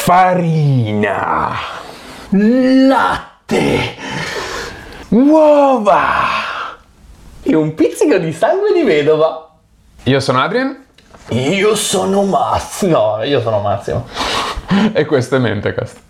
farina, latte, uova e un pizzico di sangue di vedova. Io sono Adrian. Io sono Massimo. E questo è Mentecast.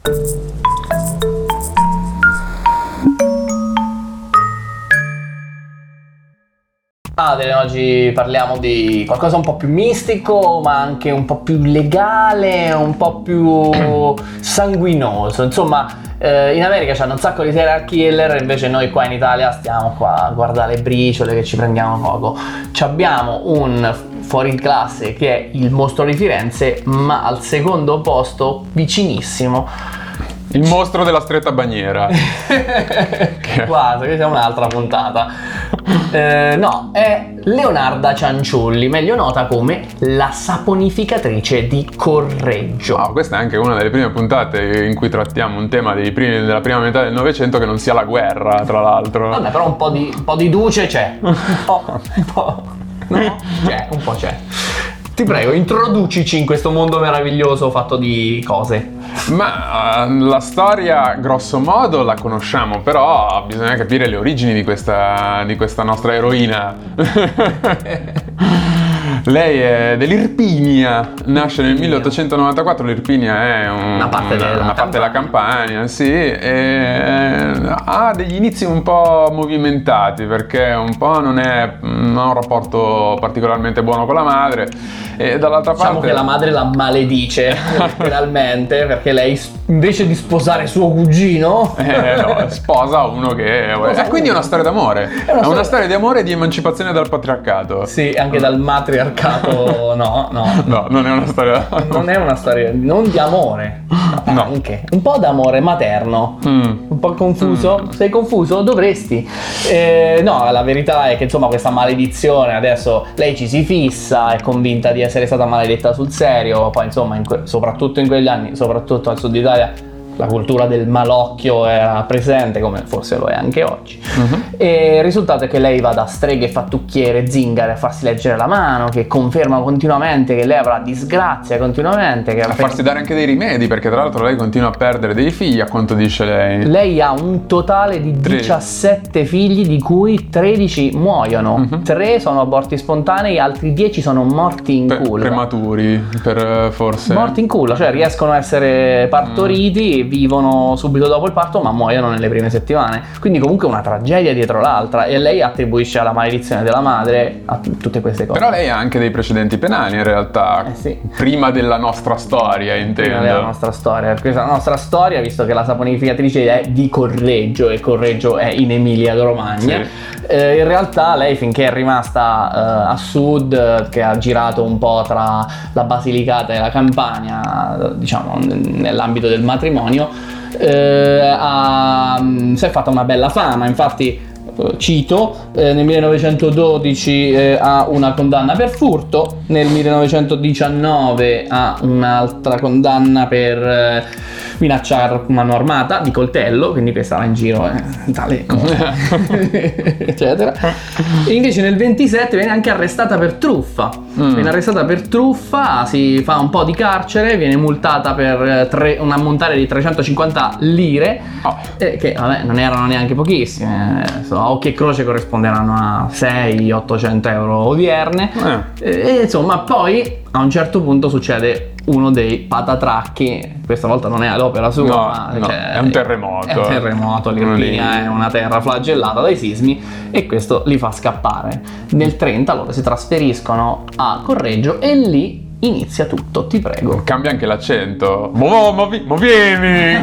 Oggi parliamo di qualcosa un po' più mistico, ma anche un po' più legale, un po' più sanguinoso. Insomma, in America c'hanno un sacco di serial killer, invece noi qua in Italia stiamo qua a guardare le briciole che ci prendiamo poco. Abbiamo un fuoriclasse che è il mostro di Firenze, ma al secondo posto, vicinissimo, il mostro della stretta bagniera. Guarda, questa è un'altra puntata. No, è Leonarda Cianciulli, meglio nota come la saponificatrice di Correggio. Wow, questa è anche una delle prime puntate in cui trattiamo un tema della prima metà del Novecento che non sia la guerra, tra l'altro. Vabbè, però un po' di duce c'è. Un po'. No? Un po' c'è. Ti prego, introducici in questo mondo meraviglioso fatto di cose. Ma la storia grosso modo la conosciamo, però bisogna capire le origini di questa nostra eroina. Lei è dell'Irpinia, nasce nel 1894. L'Irpinia è una parte della Campania, sì, e ha degli inizi un po' movimentati perché un po' non ha un rapporto particolarmente buono con la madre, e dall'altra parte che la madre la maledice letteralmente perché lei invece di sposare suo cugino sposa uno che quindi è una storia d'amore, è una storia di amore e di emancipazione dal patriarcato. Sì, anche dal matriarcato. No, non è una storia. Non è una storia non di amore, no. Anche un po' d'amore materno. Un po' confuso? Sei confuso? Dovresti. No, la verità è che insomma questa maledizione adesso lei ci si fissa, è convinta di essere stata maledetta sul serio. Poi insomma soprattutto in quegli anni, soprattutto al sud Italia, la cultura del malocchio era presente, come forse lo è anche oggi. E il risultato è che lei va da streghe, fattucchiere, zingare a farsi leggere la mano, che conferma continuamente che lei avrà disgrazia continuamente, che a farsi dare anche dei rimedi, perché tra l'altro lei continua a perdere dei figli, a quanto dice lei. Lei ha un totale di 17 figli, di cui 13 muoiono. 3 sono aborti spontanei, altri 10 sono morti in culla. Prematuri, forse. Morti in culla, cioè riescono a essere partoriti, vivono subito dopo il parto ma muoiono nelle prime settimane, quindi comunque una tragedia dietro l'altra, e lei attribuisce alla maledizione della madre a tutte queste cose. Però lei ha anche dei precedenti penali in realtà, sì. Prima della nostra storia, intendo. Prima della nostra storia, questa è la nostra storia, visto che la saponificatrice è di Correggio e Correggio è in Emilia Romagna. Sì. In realtà lei, finché è rimasta a sud, che ha girato un po' tra la Basilicata e la Campania, diciamo nell'ambito del matrimonio, si è fatta una bella fama. Infatti cito, nel 1912 ha una condanna per furto, nel 1919 ha un'altra condanna per minacciare mano armata di coltello, quindi questa va in giro tale cosa eccetera. E invece nel 27 viene anche arrestata per truffa. Viene arrestata per truffa, si fa un po' di carcere, viene multata per un ammontare di 350 lire, che vabbè non erano neanche pochissime, a occhio e croce corrisponderanno a 600-800 euro odierne. E insomma poi a un certo punto succede uno dei patatracchi, questa volta non è l'opera sua, è un terremoto. È un terremoto, l'Irpinia è una terra flagellata dai sismi e questo li fa scappare. Nel 30 loro si trasferiscono a Correggio e lì inizia tutto, ti prego. Cambia anche l'accento. Ma vieni!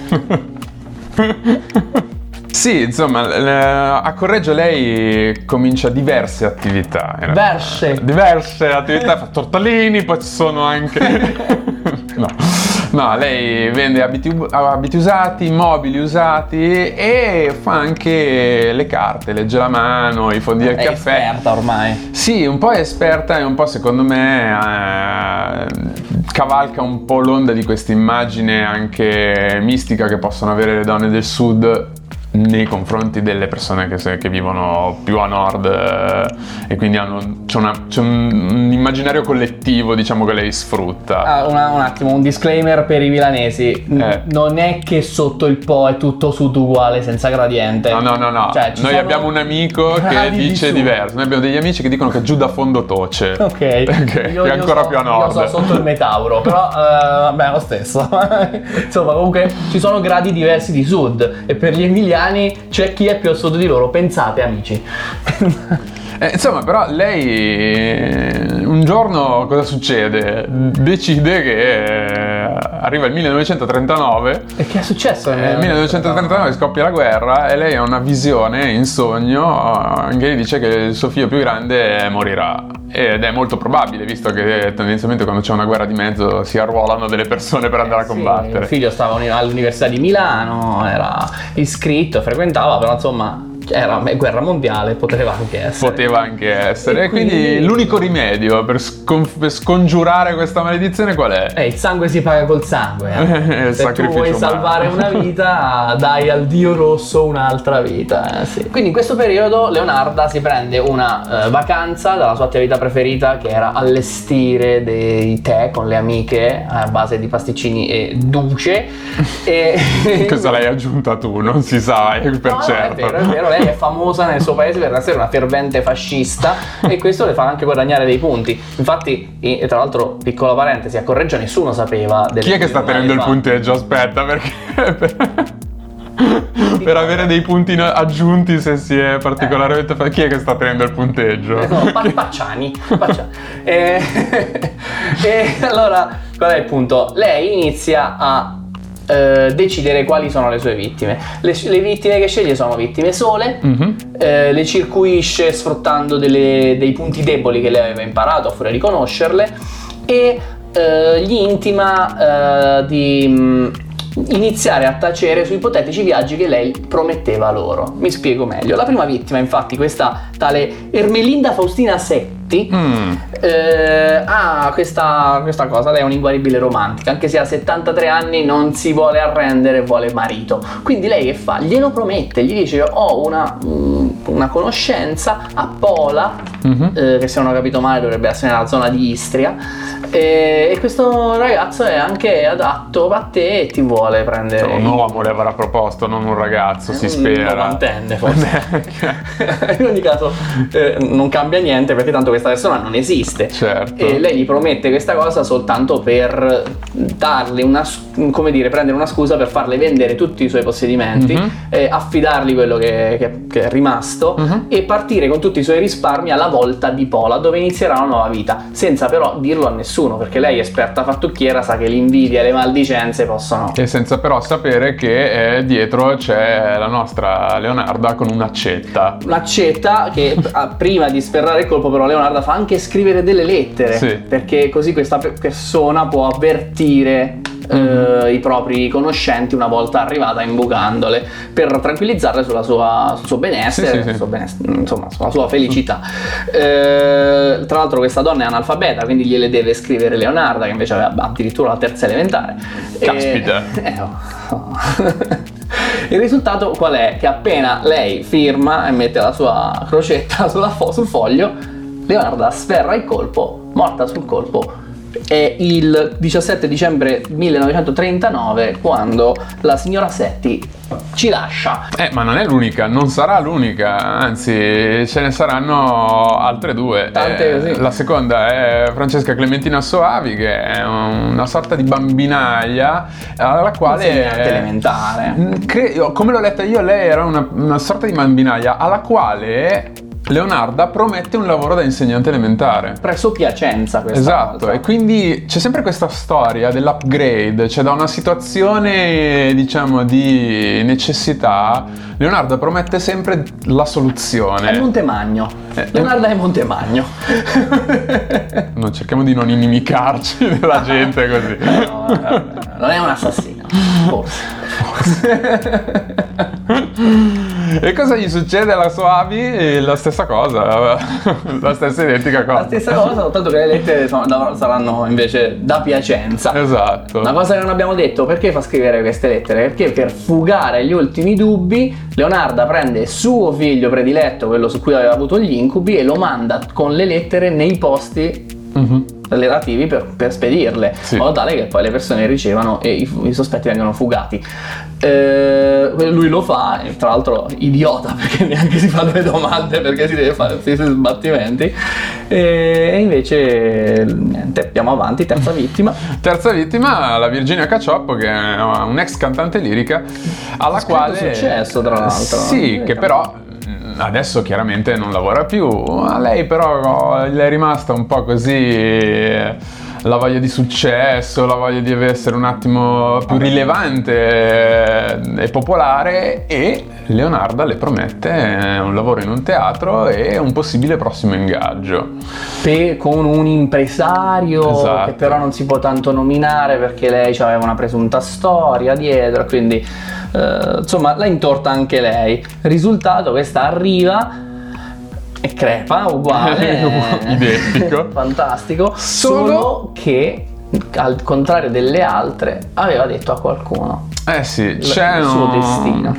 Sì, insomma, a Correggio lei comincia diverse attività. Diverse attività, fa tortellini, poi ci sono anche... No, lei vende abiti usati, mobili usati e fa anche le carte, legge la mano, i fondi del caffè. È esperta ormai. Sì, un po' è esperta e un po' secondo me cavalca un po' l'onda di questa immagine anche mistica che possono avere le donne del sud nei confronti delle persone che vivono più a nord, e quindi c'è un immaginario collettivo, diciamo, che lei sfrutta. Un attimo, un disclaimer per i milanesi: non è che sotto il Po è tutto sud uguale senza gradiente. No. Cioè, noi abbiamo un amico che dice diverso. Noi abbiamo degli amici che dicono che giù da fondo toce. Ok, che è ancora più a nord. Io so sotto il Metauro, però vabbè, lo stesso. Insomma, comunque ci sono gradi diversi di sud, e per gli emiliani c'è chi è più a sud di loro. Pensate, amici. Insomma, però lei un giorno cosa succede? Decide che arriva il 1939. E che è successo? Nel 1939 scoppia la guerra e lei ha una visione in sogno in cui dice che il suo figlio più grande morirà. Ed è molto probabile, visto che tendenzialmente quando c'è una guerra di mezzo si arruolano delle persone per andare a combattere. Il figlio stava all'Università di Milano, era iscritto, frequentava, però insomma era guerra mondiale, poteva anche essere. E quindi l'unico rimedio per scongiurare questa maledizione qual è? Il sangue si paga col sangue. Il Se tu vuoi salvare una vita, dai al dio rosso un'altra vita. Sì. Quindi in questo periodo Leonarda si prende una vacanza dalla sua attività preferita, che era allestire dei tè con le amiche a base di pasticcini e duce. Cosa l'hai aggiunta tu? Non si sa per certo. È vero, lei è famosa nel suo paese per essere una fervente fascista e questo le fa anche guadagnare dei punti. Infatti, e tra l'altro, piccola parentesi, a Correggio nessuno sapeva chi è che sta tenendo il punteggio? Aspetta, perché per avere dei punti aggiunti se si è particolarmente chi è che sta tenendo il punteggio? Pacciani. E allora qual è il punto? Lei inizia a decidere quali sono le sue vittime. Le vittime che sceglie sono vittime sole, le circuisce sfruttando dei punti deboli che lei aveva imparato a furia di conoscerle, e gli intima di iniziare a tacere su ipotetici viaggi che lei prometteva loro. Mi spiego meglio. La prima vittima, infatti, questa tale Ermelinda Faustina Setti, ha questa cosa. Lei è un'inguaribile romantica, anche se ha 73 anni non si vuole arrendere, vuole marito. Quindi lei che fa? Glielo promette, gli dice: ho una conoscenza a Pola, che se non ho capito male dovrebbe essere nella zona di Istria, e questo ragazzo è anche adatto a te e ti vuole prendere. Un uomo le avrà proposto, non un ragazzo, si spera. Un novantenne forse. In ogni caso non cambia niente, perché tanto questa persona non esiste. Certo. E lei gli promette questa cosa soltanto per darle prendere una scusa per farle vendere tutti i suoi possedimenti, affidargli quello che è rimasto, e partire con tutti i suoi risparmi alla volta di Pola, dove inizierà una nuova vita, senza però dirlo a nessuno, perché lei è esperta fattucchiera, sa che l'invidia e le maldicenze possono. E senza però sapere che dietro c'è la nostra Leonarda con un'accetta. Un'accetta che prima di sferrare il colpo, però, Leonarda fa anche scrivere delle lettere, perché così questa persona può avvertire i propri conoscenti una volta arrivata, imbucandole, per tranquillizzarle sul suo benessere, insomma sulla sua felicità. Tra l'altro questa donna è analfabeta, quindi gliele deve scrivere Leonarda, che invece aveva addirittura la terza elementare. Caspita. Il risultato qual è? Che appena lei firma e mette la sua crocetta sul foglio, Leonarda sferra il colpo, morta sul colpo. È il 17 dicembre 1939 quando la signora Setti ci lascia. Ma non è l'unica, non sarà l'unica, anzi ce ne saranno altre due. Tante così. La seconda è Francesca Clementina Soavi, che è una sorta di bambinaglia alla quale insegnante elementare. Come l'ho letta io, lei era una sorta di bambinaglia alla quale Leonarda promette un lavoro da insegnante elementare presso Piacenza, questa esatto volta. E quindi c'è sempre questa storia dell'upgrade, cioè da una situazione diciamo di necessità Leonarda promette sempre la soluzione. È Montemagno. Leonarda è Montemagno. No, cerchiamo di non inimicarci della gente così. No, non è un assassino, forse. E cosa gli succede alla sua Abby? La stessa cosa, la stessa identica cosa. La stessa cosa, soltanto che le lettere saranno invece da Piacenza. Esatto. Una cosa che non abbiamo detto, perché fa scrivere queste lettere? Perché per fugare gli ultimi dubbi, Leonarda prende suo figlio prediletto, quello su cui aveva avuto gli incubi, e lo manda con le lettere nei posti relativi per spedirle, in modo tale che poi le persone ricevano e i sospetti vengano fugati. Lui lo fa, e tra l'altro idiota, perché neanche si fa delle domande, perché si deve fare questi sbattimenti, e invece niente, andiamo avanti. Terza vittima, la Virginia Cacioppo, che è un'ex cantante lirica alla quale successo, tra l'altro. Sì, che però adesso chiaramente non lavora più. A lei però le è rimasta un po' così la voglia di successo, la voglia di essere un attimo più rilevante e popolare, e Leonarda le promette un lavoro in un teatro e un possibile prossimo ingaggio con un impresario, esatto, che però non si può tanto nominare perché lei aveva una presunta storia dietro, quindi insomma la intorta anche lei. Risultato, questa arriva e crepa uguale, identico, fantastico, solo che al contrario delle altre aveva detto a qualcuno c'è il suo destino.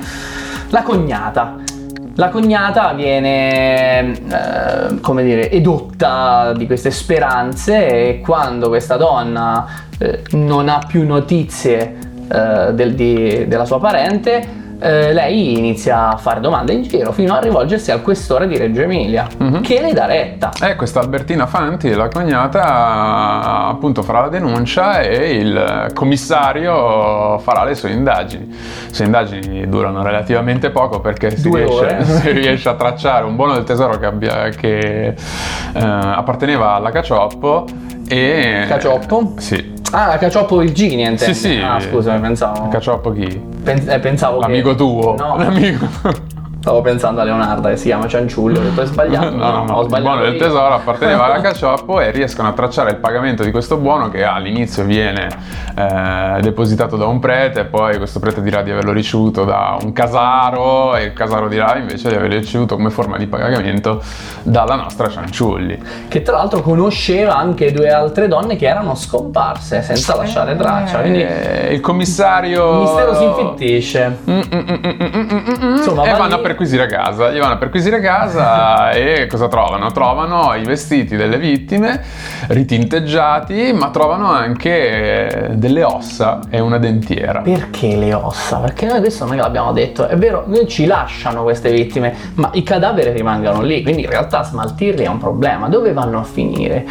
La cognata viene come dire, edotta di queste speranze, e quando questa donna non ha più notizie della sua parente, lei inizia a fare domande in giro fino a rivolgersi al questore di Reggio Emilia, che le dà retta. Questa Albertina Fanti, la cognata, appunto farà la denuncia e il commissario farà le sue indagini. Le sue indagini durano relativamente poco, perché si riesce a tracciare un buono del tesoro che apparteneva alla Cacioppo. Cacioppo? Sì. Ah, Cacioppo Virginia, intendi? Sì. Ah, scusami, pensavo. Cacioppo chi? Pensavo l'amico tuo. No. L'amico. Stavo pensando a Leonarda, che si chiama Cianciullo, ho detto è sbagliato. No, ho sbagliato. Il buono del tesoro apparteneva alla Cacioppo, e riescono a tracciare il pagamento di questo buono, che all'inizio viene depositato da un prete, poi questo prete dirà di averlo ricevuto da un casaro, e il casaro dirà invece di averlo ricevuto come forma di pagamento dalla nostra Cianciulli, che tra l'altro conosceva anche 2 altre donne che erano scomparse senza lasciare traccia, quindi il commissario, il mistero si infittisce. Insomma, e vanno a perquisire a casa, gli vanno a perquisire a casa e cosa trovano? Trovano i vestiti delle vittime ritinteggiati, ma trovano anche delle ossa e una dentiera. Perché le ossa? Perché noi questo non l'abbiamo detto, è vero, noi ci lasciano queste vittime, ma i cadaveri rimangono lì, quindi in realtà smaltirli è un problema. Dove vanno a finire?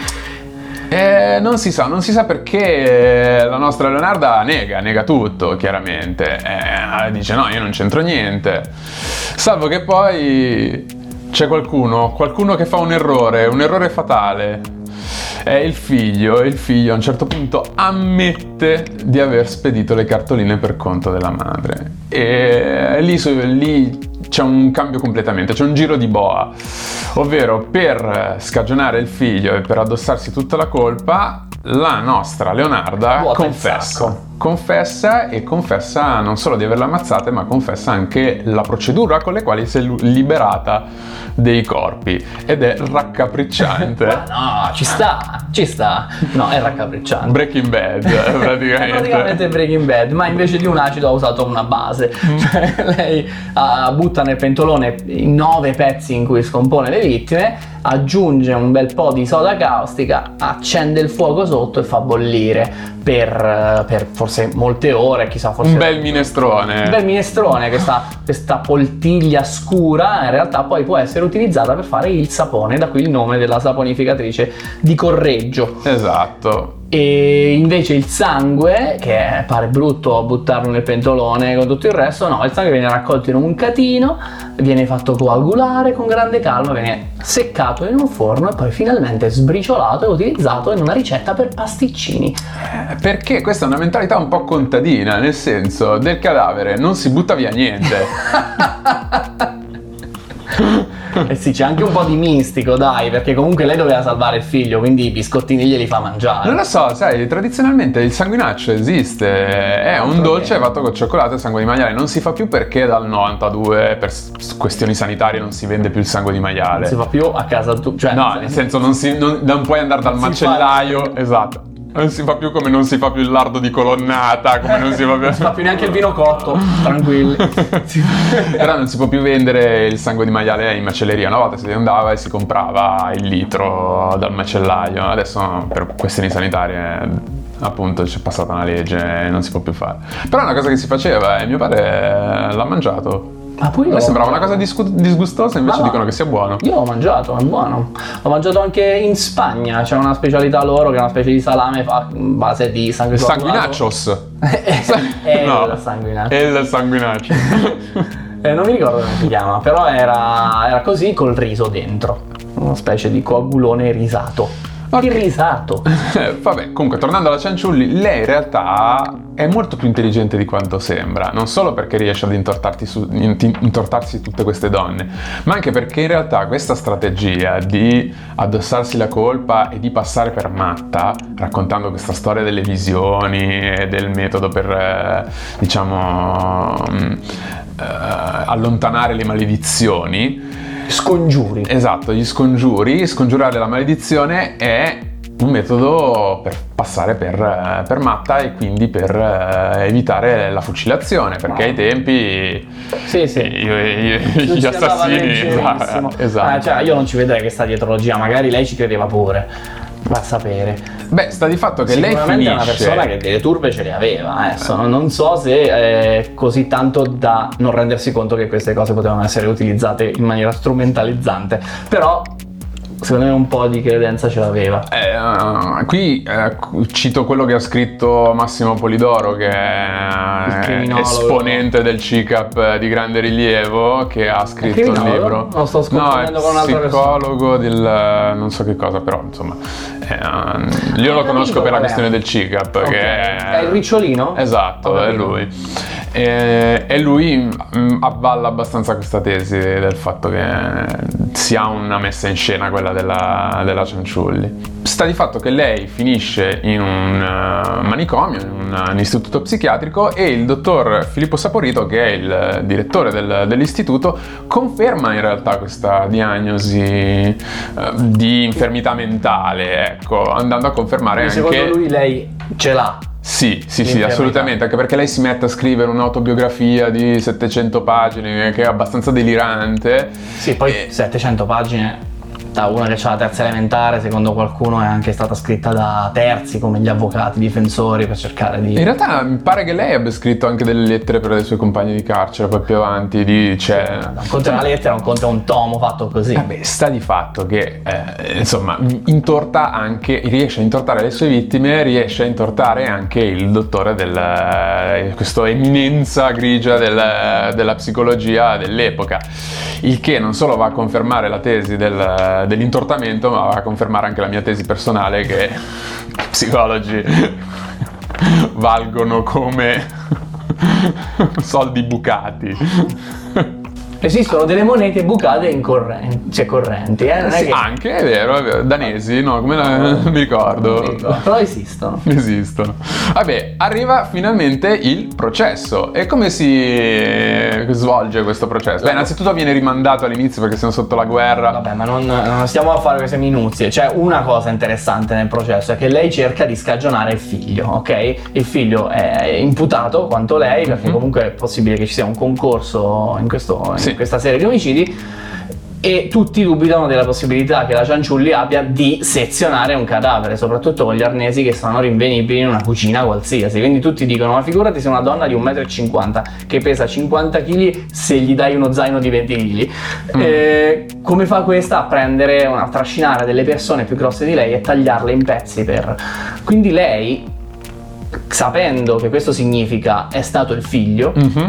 Non si sa perché la nostra Leonarda nega tutto, chiaramente. Dice no, io non c'entro niente. Salvo che poi c'è qualcuno che fa un errore fatale. È il figlio, e il figlio a un certo punto ammette di aver spedito le cartoline per conto della madre. E lì c'è un cambio completamente, c'è un giro di boa, ovvero per scagionare il figlio e per addossarsi tutta la colpa, la nostra Leonarda confessa non solo di averla ammazzata, ma confessa anche la procedura con le quali si è liberata dei corpi, ed è raccapricciante. No, ci sta. No, è raccapricciante. Breaking Bad, praticamente Breaking Bad, ma invece di un acido ha usato una base. Cioè lei butta nel pentolone i 9 pezzi in cui scompone le vittime, aggiunge un bel po' di soda caustica, accende il fuoco sotto e fa bollire per forse molte ore, chissà, forse un bel minestrone, questa poltiglia scura in realtà poi può essere utilizzata per fare il sapone, da qui il nome della saponificatrice di Correggio. Esatto. E invece il sangue, che pare brutto buttarlo nel pentolone con tutto il resto, no, il sangue viene raccolto in un catino, viene fatto coagulare con grande calma, viene seccato in un forno e poi finalmente sbriciolato e utilizzato in una ricetta per pasticcini. Perché questa è una mentalità un po' contadina, nel senso, del cadavere non si butta via niente. Eh sì, c'è anche un po' di mistico, dai, perché comunque lei doveva salvare il figlio, quindi i biscottini glieli fa mangiare. Non lo so, sai, tradizionalmente il sanguinaccio esiste, è un dolce fatto con cioccolato e sangue di maiale, non si fa più perché dal 92 per questioni sanitarie non si vende più il sangue di maiale. Non si fa più a casa tua, cioè no, nel senso non puoi andare dal macellaio, esatto. Non si fa più come non si fa più il lardo di colonnata, come non si fa più... non si fa più neanche il vino cotto, tranquilli. Però non si può più vendere il sangue di maiale in macelleria. Una volta si andava e si comprava il litro dal macellaio. Adesso per questioni sanitarie appunto c'è passata una legge e non si può più fare. Però è una cosa che si faceva e mio padre l'ha mangiato. Ma poi a me sembrava una cosa disgustosa, invece dicono che sia buono. Io l'ho mangiato, è buono. L'ho mangiato anche in Spagna, c'è una specialità loro che è una specie di salame a base di sangue cioccolato. Sanguinaccios. Il sanguinaccio. Il sanguinaccio. Non mi ricordo come si chiama, però era così col riso dentro. Una specie di coagulone risato. Che risato! Vabbè, comunque tornando alla Cianciulli, lei in realtà è molto più intelligente di quanto sembra, non solo perché riesce ad intortarsi tutte queste donne, ma anche perché in realtà questa strategia di addossarsi la colpa e di passare per matta, raccontando questa storia delle visioni e del metodo per, allontanare le maledizioni. Scongiuri. Esatto, gli scongiuri, scongiurare la maledizione è un metodo per passare per matta e quindi per evitare la fucilazione, perché ai tempi gli assassini esatto. Cioè io non ci vedrei questa dietrologia, magari lei ci credeva pure, va a sapere. Beh, sta di fatto che lei finisce... è una persona che delle turbe ce le aveva, adesso non so se così tanto da non rendersi conto che queste cose potevano essere utilizzate in maniera strumentalizzante, però secondo me un po' di credenza ce l'aveva. Qui cito quello che ha scritto Massimo Polidoro, che è esponente del CICAP di grande rilievo, che ha scritto il libro. Lo sto confondendo con un'altra persona. Psicologo del non so che cosa, però insomma io lo conosco per la questione del CICAP, okay. Che è il ricciolino? Esatto, è lui. E lui avvalla abbastanza questa tesi del fatto che sia una messa in scena quella della Cianciulli. Sta di fatto che lei finisce in un manicomio, in un istituto psichiatrico, e il dottor Filippo Saporito, che è il direttore dell'istituto, conferma in realtà questa diagnosi di infermità mentale, ecco, andando a confermare anche... Secondo lui lei ce l'ha. Sì, assolutamente, anche perché lei si mette a scrivere un'autobiografia di 700 pagine che è abbastanza delirante. Sì, poi 700 pagine da una che ha la terza elementare, secondo qualcuno è anche stata scritta da terzi come gli avvocati difensori per cercare di... In realtà mi pare che lei abbia scritto anche delle lettere per le sue compagne di carcere, poi più avanti un conto è una lettera, un conto è un tomo fatto così. Vabbè, sta di fatto che insomma riesce a intortare le sue vittime, riesce a intortare anche il dottore questo eminenza grigia della psicologia dell'epoca, il che non solo va a confermare la tesi dell'intortamento, ma va a confermare anche la mia tesi personale che psicologi valgono come soldi bucati. Esistono delle monete bucate correnti, non è sì, che... anche, è vero, danesi, no? Non mi ricordo. Però esistono. Vabbè, arriva finalmente il processo. E come si svolge questo processo? Beh, innanzitutto viene rimandato all'inizio perché siamo sotto la guerra. Vabbè, ma non stiamo a fare queste minuzie. Cioè, una cosa interessante nel processo è che lei cerca di scagionare il figlio, ok? Il figlio è imputato quanto lei, perché comunque è possibile che ci sia un concorso in questa serie di omicidi, e tutti dubitano della possibilità che la Cianciulli abbia di sezionare un cadavere, soprattutto con gli arnesi che sono rinvenibili in una cucina qualsiasi. Quindi tutti dicono: ma figurati se una donna di 1,50 m che pesa 50 kg, se gli dai uno zaino di 20 kg, come fa questa a trascinare delle persone più grosse di lei e tagliarle in pezzi Quindi lei, sapendo che questo significa è stato il figlio,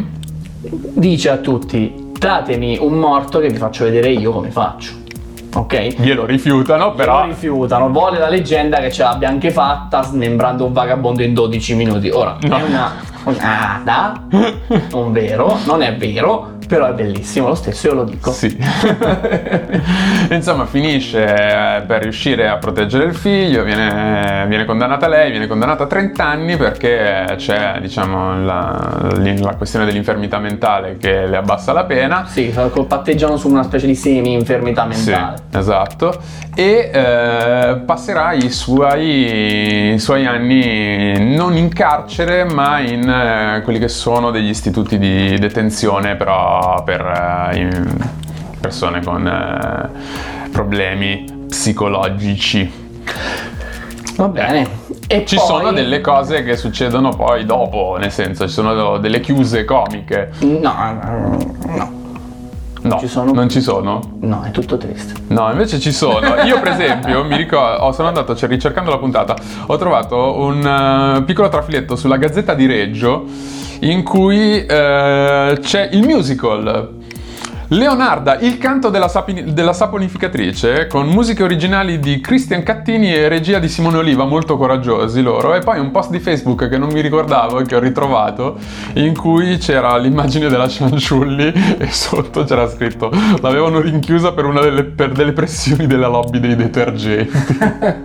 dice a tutti: datemi un morto che vi faccio vedere io come faccio. Ok? Glielo rifiutano, però. Vuole la leggenda che ce l'abbia anche fatta smembrando un vagabondo in 12 minuti. Ora, no. È una non è vero, però è bellissimo lo stesso, io lo dico. Sì. Insomma, finisce per riuscire a proteggere il figlio, viene condannata lei, viene condannata a 30 anni perché c'è, diciamo, la questione dell'infermità mentale che le abbassa la pena. Sì, patteggiano su una specie di semi-infermità mentale. Sì, esatto. E passerà i suoi anni non in carcere, ma in quelli che sono degli istituti di detenzione, però per persone con problemi psicologici. Va bene. E ci sono delle cose che succedono poi dopo, nel senso, ci sono delle chiuse comiche. No. No, non ci sono? No, è tutto triste. No, invece ci sono. Io per esempio mi ricordo, sono andato ricercando la puntata, ho trovato un piccolo trafiletto sulla Gazzetta di Reggio in cui c'è il musical Leonarda, il canto della saponificatrice, con musiche originali di Cristian Cattini e regia di Simone Oliva, molto coraggiosi loro, e poi un post di Facebook che non mi ricordavo e che ho ritrovato, in cui c'era l'immagine della Cianciulli e sotto c'era scritto: l'avevano rinchiusa per delle pressioni della lobby dei detergenti.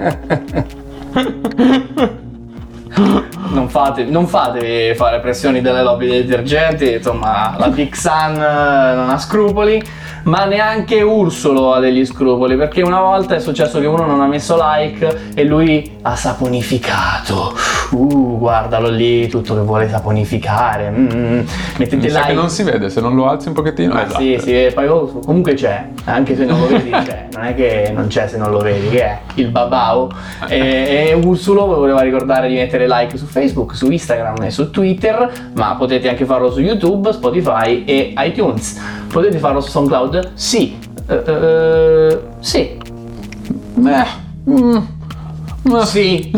Non fatevi fare pressioni delle lobby dei detergenti, insomma, la Big Sun non ha scrupoli, ma neanche Ursulo ha degli scrupoli, perché una volta è successo che uno non ha messo like e lui ha saponificato. Guardalo lì, tutto che vuole saponificare. Mettete like. Che non si vede, se non lo alzi un pochettino. Esatto. Sì, poi comunque c'è, anche se non lo vedi c'è, non è che non c'è se non lo vedi, che è il babao. E Ursulo voleva ricordare di mettere like su Facebook, su Instagram e su Twitter, ma potete anche farlo su YouTube, Spotify e iTunes. Potete farlo su SoundCloud? Sì. Sì. Sì.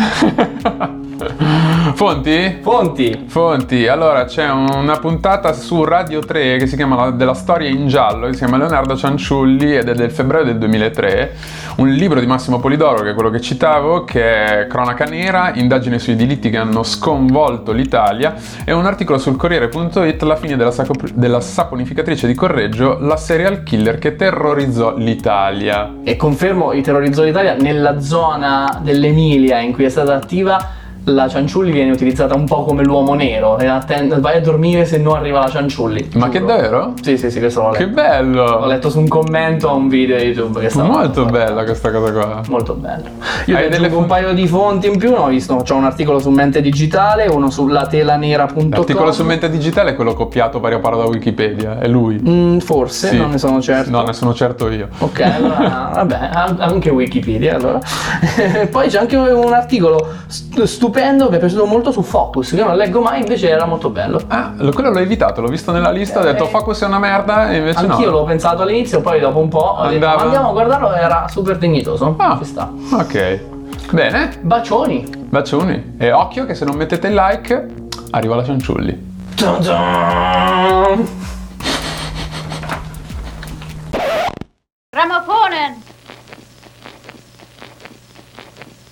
Fonti. Allora, c'è una puntata su Radio 3 che si chiama della storia in giallo, che si chiama Leonardo Cianciulli ed è del febbraio del 2003, un libro di Massimo Polidoro, che è quello che citavo, che è cronaca nera, indagine sui delitti che hanno sconvolto l'Italia, e un articolo sul Corriere.it, la fine della saponificatrice di Correggio, la serial killer che terrorizzò l'Italia. E confermo, terrorizzò l'Italia nella zona dell'Emilia in cui è stata attiva. La Cianciulli viene utilizzata un po' come l'uomo nero, e vai a dormire se non arriva la Cianciulli. Ma che davvero? Sì, questo l'ho letto. Che bello! Ho letto su un commento a un video di YouTube che stava molto bella questa cosa qua. Molto bello. Io aggiungo un paio di fonti in più, ho visto, c'ho un articolo su Mente Digitale, uno su latelanera.com. L'articolo su Mente Digitale è quello copiato pari a paro da Wikipedia, è lui? Forse, sì. Non ne sono certo. No, ne sono certo io. Ok, allora, vabbè, anche Wikipedia, allora. Poi c'è anche un articolo stupendo che mi è piaciuto molto su Focus, che io non leggo mai, invece era molto bello. Quello l'ho evitato, l'ho visto nella lista, ho detto Focus è una merda, e invece anch'io l'ho pensato all'inizio, poi dopo un po' ho detto andiamo a guardarlo, era super dignitoso. Ci sta. Ok, bene. Bacioni. E occhio che se non mettete il like arriva la Cianciulli. Dun dun.